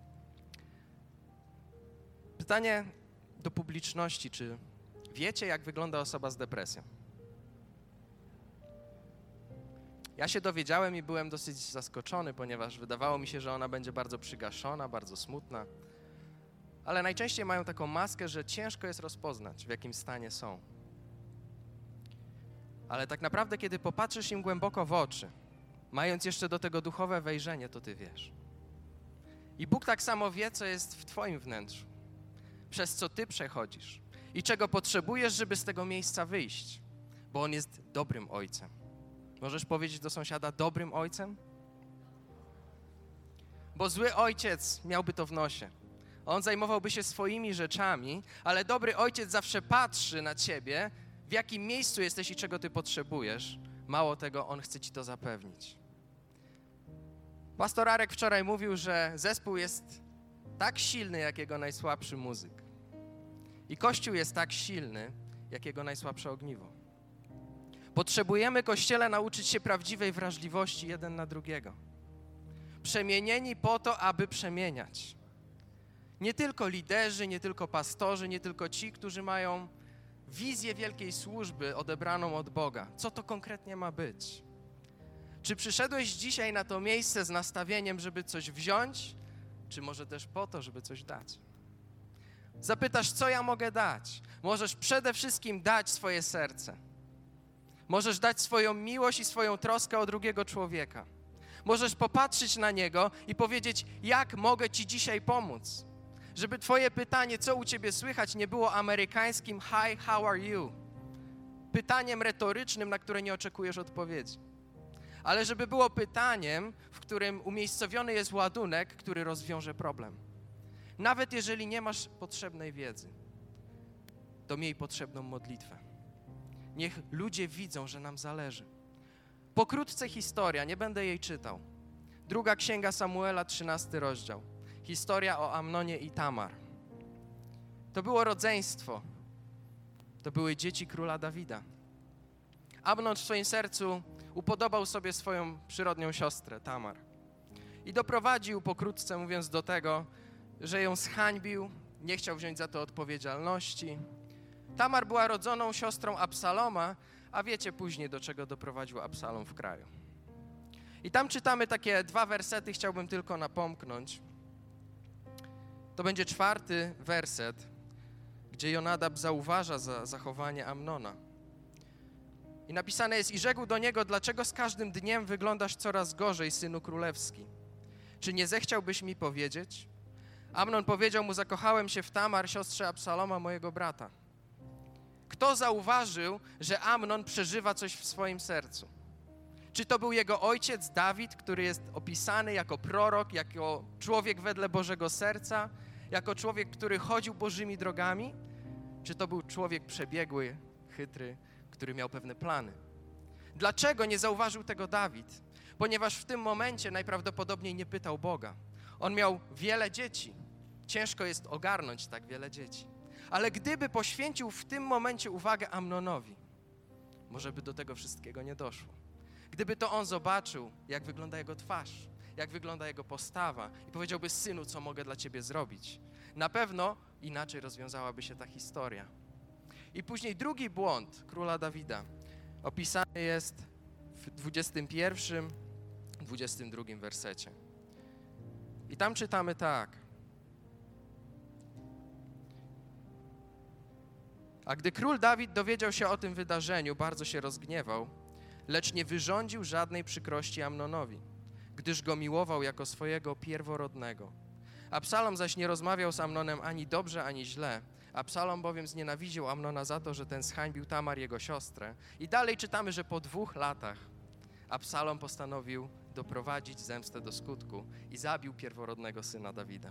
Pytanie do publiczności, czy wiecie, jak wygląda osoba z depresją? Ja się dowiedziałem i byłem dosyć zaskoczony, ponieważ wydawało mi się, że ona będzie bardzo przygaszona, bardzo smutna. Ale najczęściej mają taką maskę, że ciężko jest rozpoznać, w jakim stanie są. Ale tak naprawdę, kiedy popatrzysz im głęboko w oczy, mając jeszcze do tego duchowe wejrzenie, to ty wiesz. I Bóg tak samo wie, co jest w twoim wnętrzu, przez co ty przechodzisz i czego potrzebujesz, żeby z tego miejsca wyjść, bo On jest dobrym Ojcem. Możesz powiedzieć do sąsiada, dobrym ojcem? Bo zły ojciec miałby to w nosie. On zajmowałby się swoimi rzeczami, ale dobry ojciec zawsze patrzy na ciebie, w jakim miejscu jesteś i czego ty potrzebujesz. Mało tego, on chce ci to zapewnić. Pastor Arek wczoraj mówił, że zespół jest tak silny, jak jego najsłabszy muzyk. I Kościół jest tak silny, jak jego najsłabsze ogniwo. Potrzebujemy, Kościele, nauczyć się prawdziwej wrażliwości jeden na drugiego. Przemienieni po to, aby przemieniać. Nie tylko liderzy, nie tylko pastorzy, nie tylko ci, którzy mają wizję wielkiej służby odebraną od Boga. Co to konkretnie ma być? Czy przyszedłeś dzisiaj na to miejsce z nastawieniem, żeby coś wziąć, czy może też po to, żeby coś dać? Zapytasz, co ja mogę dać? Możesz przede wszystkim dać swoje serce. Możesz dać swoją miłość i swoją troskę o drugiego człowieka. Możesz popatrzeć na niego i powiedzieć, jak mogę ci dzisiaj pomóc? Żeby twoje pytanie, co u ciebie słychać, nie było amerykańskim hi, how are you? Pytaniem retorycznym, na które nie oczekujesz odpowiedzi. Ale żeby było pytaniem, w którym umiejscowiony jest ładunek, który rozwiąże problem. Nawet jeżeli nie masz potrzebnej wiedzy, to miej potrzebną modlitwę. Niech ludzie widzą, że nam zależy. Pokrótce historia, nie będę jej czytał. 2 Księga Samuela, 13 rozdział. Historia o Amnonie i Tamar. To było rodzeństwo. To były dzieci króla Dawida. Amnon w swoim sercu upodobał sobie swoją przyrodnią siostrę, Tamar. I doprowadził, pokrótce mówiąc, do tego, że ją zhańbił, nie chciał wziąć za to odpowiedzialności. Tamar była rodzoną siostrą Absaloma, a wiecie później, do czego doprowadził Absalom w kraju. I tam czytamy takie 2 wersety, chciałbym tylko napomknąć. To będzie 4 werset, gdzie Jonadab zauważa zachowanie Amnona. I napisane jest, i rzekł do niego, dlaczego z każdym dniem wyglądasz coraz gorzej, synu królewski? Czy nie zechciałbyś mi powiedzieć? Amnon powiedział mu, zakochałem się w Tamar, siostrze Absaloma, mojego brata. Kto zauważył, że Amnon przeżywa coś w swoim sercu? Czy to był jego ojciec Dawid, który jest opisany jako prorok, jako człowiek wedle Bożego serca, jako człowiek, który chodził Bożymi drogami? Czy to był człowiek przebiegły, chytry, który miał pewne plany? Dlaczego nie zauważył tego Dawid? Ponieważ w tym momencie najprawdopodobniej nie pytał Boga. On miał wiele dzieci. Ciężko jest ogarnąć tak wiele dzieci. Ale gdyby poświęcił w tym momencie uwagę Amnonowi, może by do tego wszystkiego nie doszło. Gdyby to on zobaczył, jak wygląda jego twarz, jak wygląda jego postawa i powiedziałby, synu, co mogę dla ciebie zrobić, na pewno inaczej rozwiązałaby się ta historia. I później drugi błąd króla Dawida opisany jest w 21, 22 wersecie. I tam czytamy tak. A gdy król Dawid dowiedział się o tym wydarzeniu, bardzo się rozgniewał, lecz nie wyrządził żadnej przykrości Amnonowi, gdyż go miłował jako swojego pierworodnego. Absalom zaś nie rozmawiał z Amnonem ani dobrze, ani źle. Absalom bowiem znienawidził Amnona za to, że ten zhańbił Tamar, jego siostrę. I dalej czytamy, że po 2 latach Absalom postanowił doprowadzić zemstę do skutku i zabił pierworodnego syna Dawida.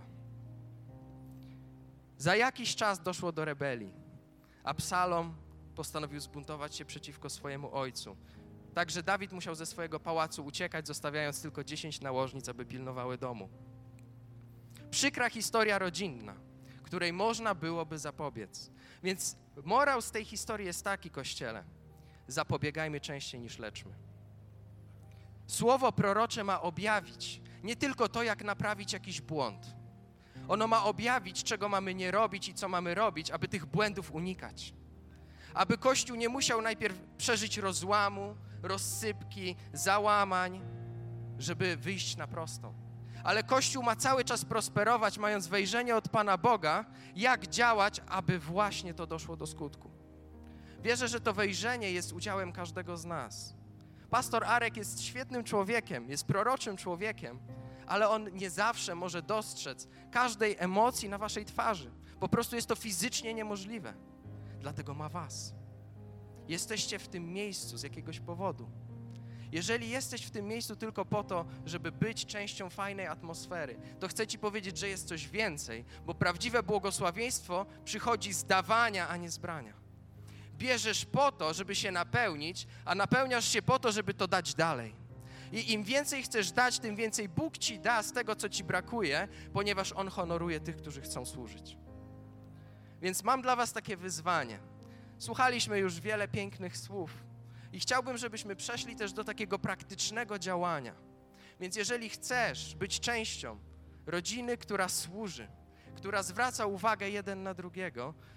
Za jakiś czas doszło do rebelii. Absalom postanowił zbuntować się przeciwko swojemu ojcu. Także Dawid musiał ze swojego pałacu uciekać, zostawiając tylko 10 nałożnic, aby pilnowały domu. Przykra historia rodzinna, której można byłoby zapobiec. Więc morał z tej historii jest taki, Kościele. Zapobiegajmy częściej niż leczmy. Słowo prorocze ma objawić nie tylko to, jak naprawić jakiś błąd. Ono ma objawić, czego mamy nie robić i co mamy robić, aby tych błędów unikać. Aby Kościół nie musiał najpierw przeżyć rozłamu, rozsypki, załamań, żeby wyjść na prostą. Ale Kościół ma cały czas prosperować, mając wejrzenie od Pana Boga, jak działać, aby właśnie to doszło do skutku. Wierzę, że to wejrzenie jest udziałem każdego z nas. Pastor Arek jest świetnym człowiekiem, jest proroczym człowiekiem, ale on nie zawsze może dostrzec każdej emocji na waszej twarzy. Po prostu jest to fizycznie niemożliwe. Dlatego ma was. Jesteście w tym miejscu z jakiegoś powodu. Jeżeli jesteś w tym miejscu tylko po to, żeby być częścią fajnej atmosfery, to chcę ci powiedzieć, że jest coś więcej, bo prawdziwe błogosławieństwo przychodzi z dawania, a nie z brania. Bierzesz po to, żeby się napełnić, a napełniasz się po to, żeby to dać dalej. I im więcej chcesz dać, tym więcej Bóg ci da z tego, co ci brakuje, ponieważ On honoruje tych, którzy chcą służyć. Więc mam dla was takie wyzwanie. Słuchaliśmy już wiele pięknych słów i chciałbym, żebyśmy przeszli też do takiego praktycznego działania. Więc jeżeli chcesz być częścią rodziny, która służy, która zwraca uwagę jeden na drugiego,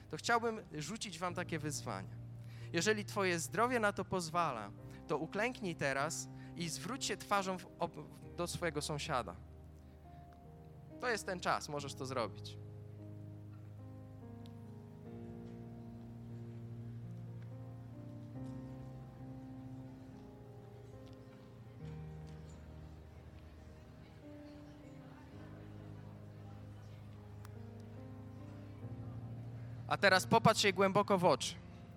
to chciałbym rzucić wam takie wyzwanie. Jeżeli twoje zdrowie na to pozwala, to uklęknij teraz i zwróć się twarzą do swojego sąsiada. To jest ten czas, możesz to zrobić. A teraz popatrz jej głęboko w oczy.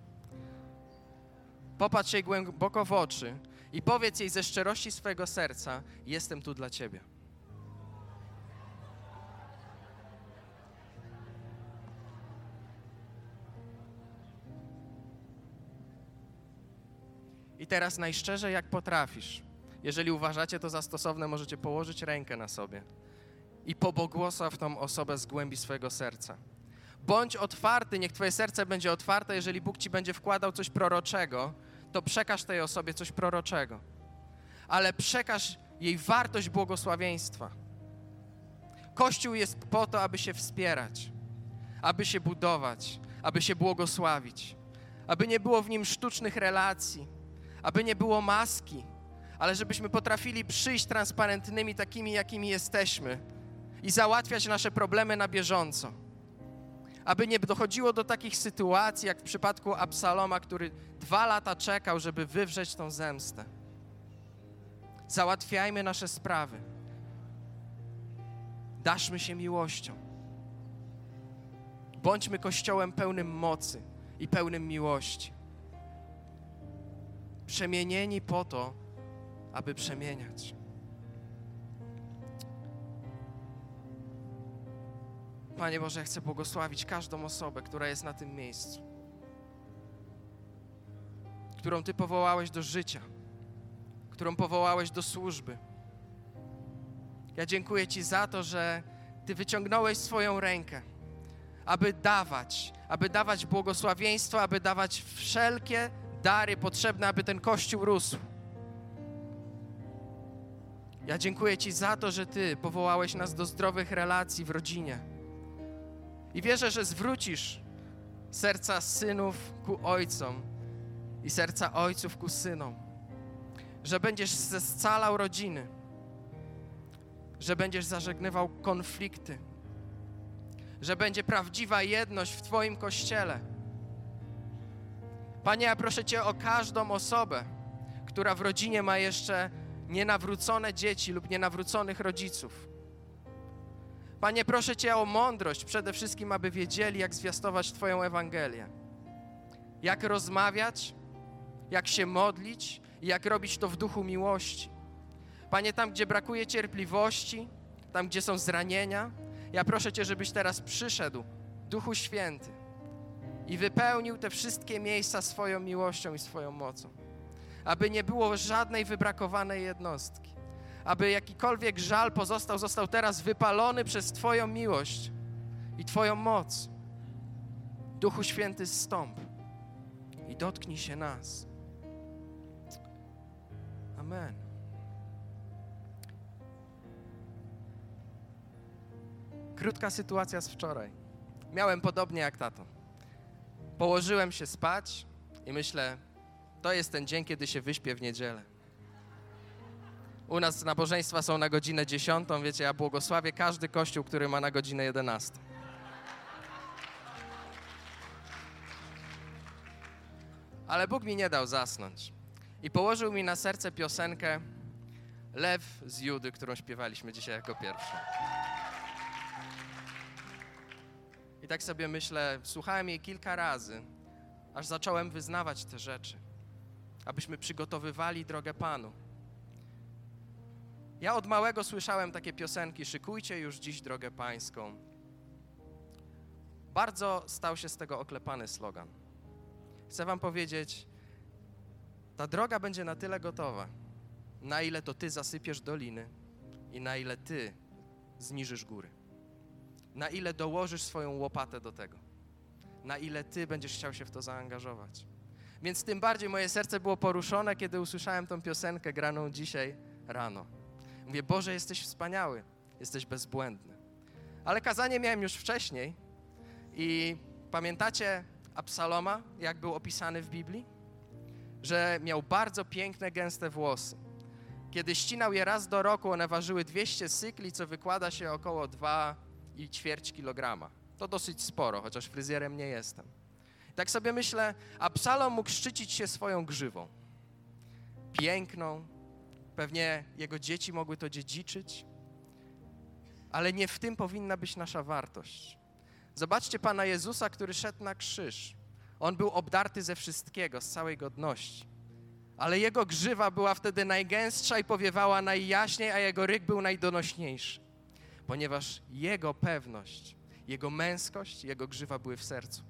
Popatrz jej głęboko w oczy i powiedz jej ze szczerości swojego serca: jestem tu dla ciebie. I teraz najszczerzej jak potrafisz. Jeżeli uważacie to za stosowne, możecie położyć rękę na sobie i pobłogosław tą osobę z głębi swojego serca. Bądź otwarty, niech twoje serce będzie otwarte. Jeżeli Bóg ci będzie wkładał coś proroczego, to przekaż tej osobie coś proroczego. Ale przekaż jej wartość błogosławieństwa. Kościół jest po to, aby się wspierać, aby się budować, aby się błogosławić, aby nie było w nim sztucznych relacji, aby nie było maski, ale żebyśmy potrafili przyjść transparentnymi, takimi, jakimi jesteśmy i załatwiać nasze problemy na bieżąco. Aby nie dochodziło do takich sytuacji, jak w przypadku Absaloma, który 2 lata czekał, żeby wywrzeć tą zemstę. Załatwiajmy nasze sprawy. Daszmy się miłością. Bądźmy Kościołem pełnym mocy i pełnym miłości. Przemienieni po to, aby przemieniać. Panie Boże, ja chcę błogosławić każdą osobę, która jest na tym miejscu, którą Ty powołałeś do życia, którą powołałeś do służby. Ja dziękuję Ci za to, że Ty wyciągnąłeś swoją rękę, aby dawać błogosławieństwo, aby dawać wszelkie dary potrzebne, aby ten Kościół rósł. Ja dziękuję Ci za to, że Ty powołałeś nas do zdrowych relacji w rodzinie. I wierzę, że zwrócisz serca synów ku ojcom i serca ojców ku synom. Że będziesz scalał rodziny. Że będziesz zażegnywał konflikty. Że będzie prawdziwa jedność w Twoim Kościele. Panie, ja proszę Cię o każdą osobę, która w rodzinie ma jeszcze nienawrócone dzieci lub nienawróconych rodziców. Panie, proszę Cię o mądrość przede wszystkim, aby wiedzieli, jak zwiastować Twoją Ewangelię. Jak rozmawiać, jak się modlić i jak robić to w duchu miłości. Panie, tam, gdzie brakuje cierpliwości, tam, gdzie są zranienia, ja proszę Cię, żebyś teraz przyszedł, Duchu Święty, i wypełnił te wszystkie miejsca swoją miłością i swoją mocą. Aby nie było żadnej wybrakowanej jednostki. Aby jakikolwiek żal został teraz wypalony przez Twoją miłość i Twoją moc. Duchu Święty, zstąp i dotknij się nas. Amen. Krótka sytuacja z wczoraj. Miałem podobnie jak tato. Położyłem się spać i myślę, to jest ten dzień, kiedy się wyśpię w niedzielę. U nas nabożeństwa są na godzinę 10, wiecie, ja błogosławię każdy kościół, który ma na godzinę 11. Ale Bóg mi nie dał zasnąć i położył mi na serce piosenkę Lew z Judy, którą śpiewaliśmy dzisiaj jako pierwszą. I tak sobie myślę, słuchałem jej kilka razy, aż zacząłem wyznawać te rzeczy, abyśmy przygotowywali drogę Panu. Ja od małego słyszałem takie piosenki, szykujcie już dziś drogę Pańską. Bardzo stał się z tego oklepany slogan. Chcę wam powiedzieć, ta droga będzie na tyle gotowa, na ile to ty zasypiesz doliny i na ile ty zniżysz góry. Na ile dołożysz swoją łopatę do tego. Na ile ty będziesz chciał się w to zaangażować. Więc tym bardziej moje serce było poruszone, kiedy usłyszałem tą piosenkę graną dzisiaj rano. Mówię, Boże, jesteś wspaniały, jesteś bezbłędny. Ale kazanie miałem już wcześniej i Pamiętacie Absaloma, jak był opisany w Biblii? Że miał bardzo piękne, gęste włosy. Kiedy ścinał je raz do roku, one ważyły 200 cykli, co wykłada się około 2,25 kilograma. To dosyć sporo, chociaż fryzjerem nie jestem. Tak sobie myślę, Absalom mógł szczycić się swoją grzywą. Piękną, pewnie jego dzieci mogły to dziedziczyć, ale nie w tym powinna być nasza wartość. Zobaczcie Pana Jezusa, który szedł na krzyż. On był obdarty ze wszystkiego, z całej godności. Ale jego grzywa była wtedy najgęstsza i powiewała najjaśniej, a jego ryk był najdonośniejszy. Ponieważ jego pewność, jego męskość, jego grzywa były w sercu.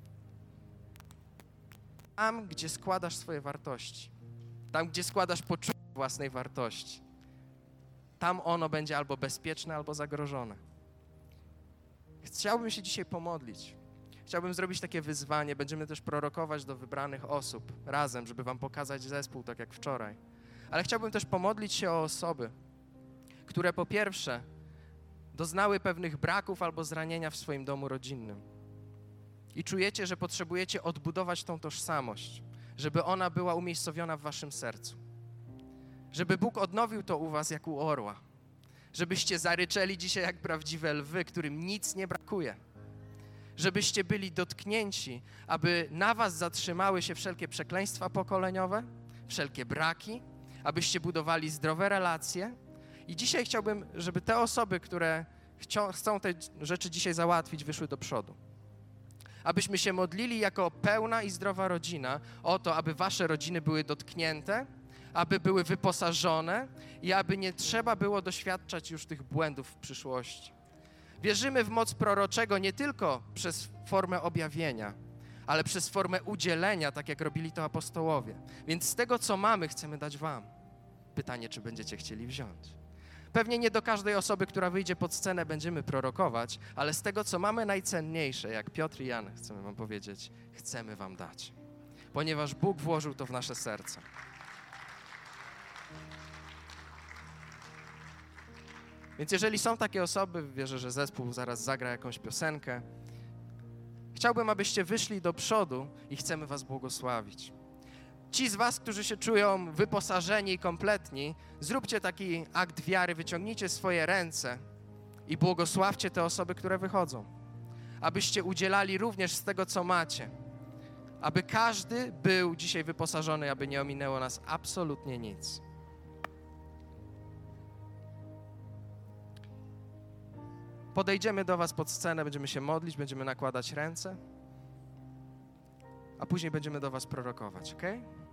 Tam, gdzie składasz swoje wartości, tam, gdzie składasz poczucie własnej wartości, tam ono będzie albo bezpieczne, albo zagrożone. Chciałbym się dzisiaj pomodlić. Chciałbym zrobić takie wyzwanie. Będziemy też prorokować do wybranych osób razem, żeby wam pokazać zespół, tak jak wczoraj. Ale chciałbym też pomodlić się o osoby, które po pierwsze doznały pewnych braków albo zranienia w swoim domu rodzinnym. I czujecie, że potrzebujecie odbudować tą tożsamość, żeby ona była umiejscowiona w waszym sercu. Żeby Bóg odnowił to u was jak u orła. Żebyście zaryczeli dzisiaj jak prawdziwe lwy, którym nic nie brakuje. Żebyście byli dotknięci, aby na was zatrzymały się wszelkie przekleństwa pokoleniowe, wszelkie braki, abyście budowali zdrowe relacje. I dzisiaj chciałbym, żeby te osoby, które chcą te rzeczy dzisiaj załatwić, wyszły do przodu. Abyśmy się modlili jako pełna i zdrowa rodzina o to, aby wasze rodziny były dotknięte, aby były wyposażone i aby nie trzeba było doświadczać już tych błędów w przyszłości. Wierzymy w moc proroczego nie tylko przez formę objawienia, ale przez formę udzielenia, tak jak robili to apostołowie. Więc z tego, co mamy, chcemy dać wam. Pytanie, czy będziecie chcieli wziąć. Pewnie nie do każdej osoby, która wyjdzie pod scenę, będziemy prorokować, ale z tego, co mamy najcenniejsze, jak Piotr i Jan, chcemy wam powiedzieć, chcemy wam dać. Ponieważ Bóg włożył to w nasze serce. Więc jeżeli są takie osoby, wierzę, że zespół zaraz zagra jakąś piosenkę, chciałbym, abyście wyszli do przodu i chcemy was błogosławić. Ci z was, którzy się czują wyposażeni i kompletni, zróbcie taki akt wiary, wyciągnijcie swoje ręce i błogosławcie te osoby, które wychodzą. Abyście udzielali również z tego, co macie. Aby każdy był dzisiaj wyposażony, aby nie ominęło nas absolutnie nic. Podejdziemy do was pod scenę, będziemy się modlić, będziemy nakładać ręce, a później będziemy do was prorokować, okej?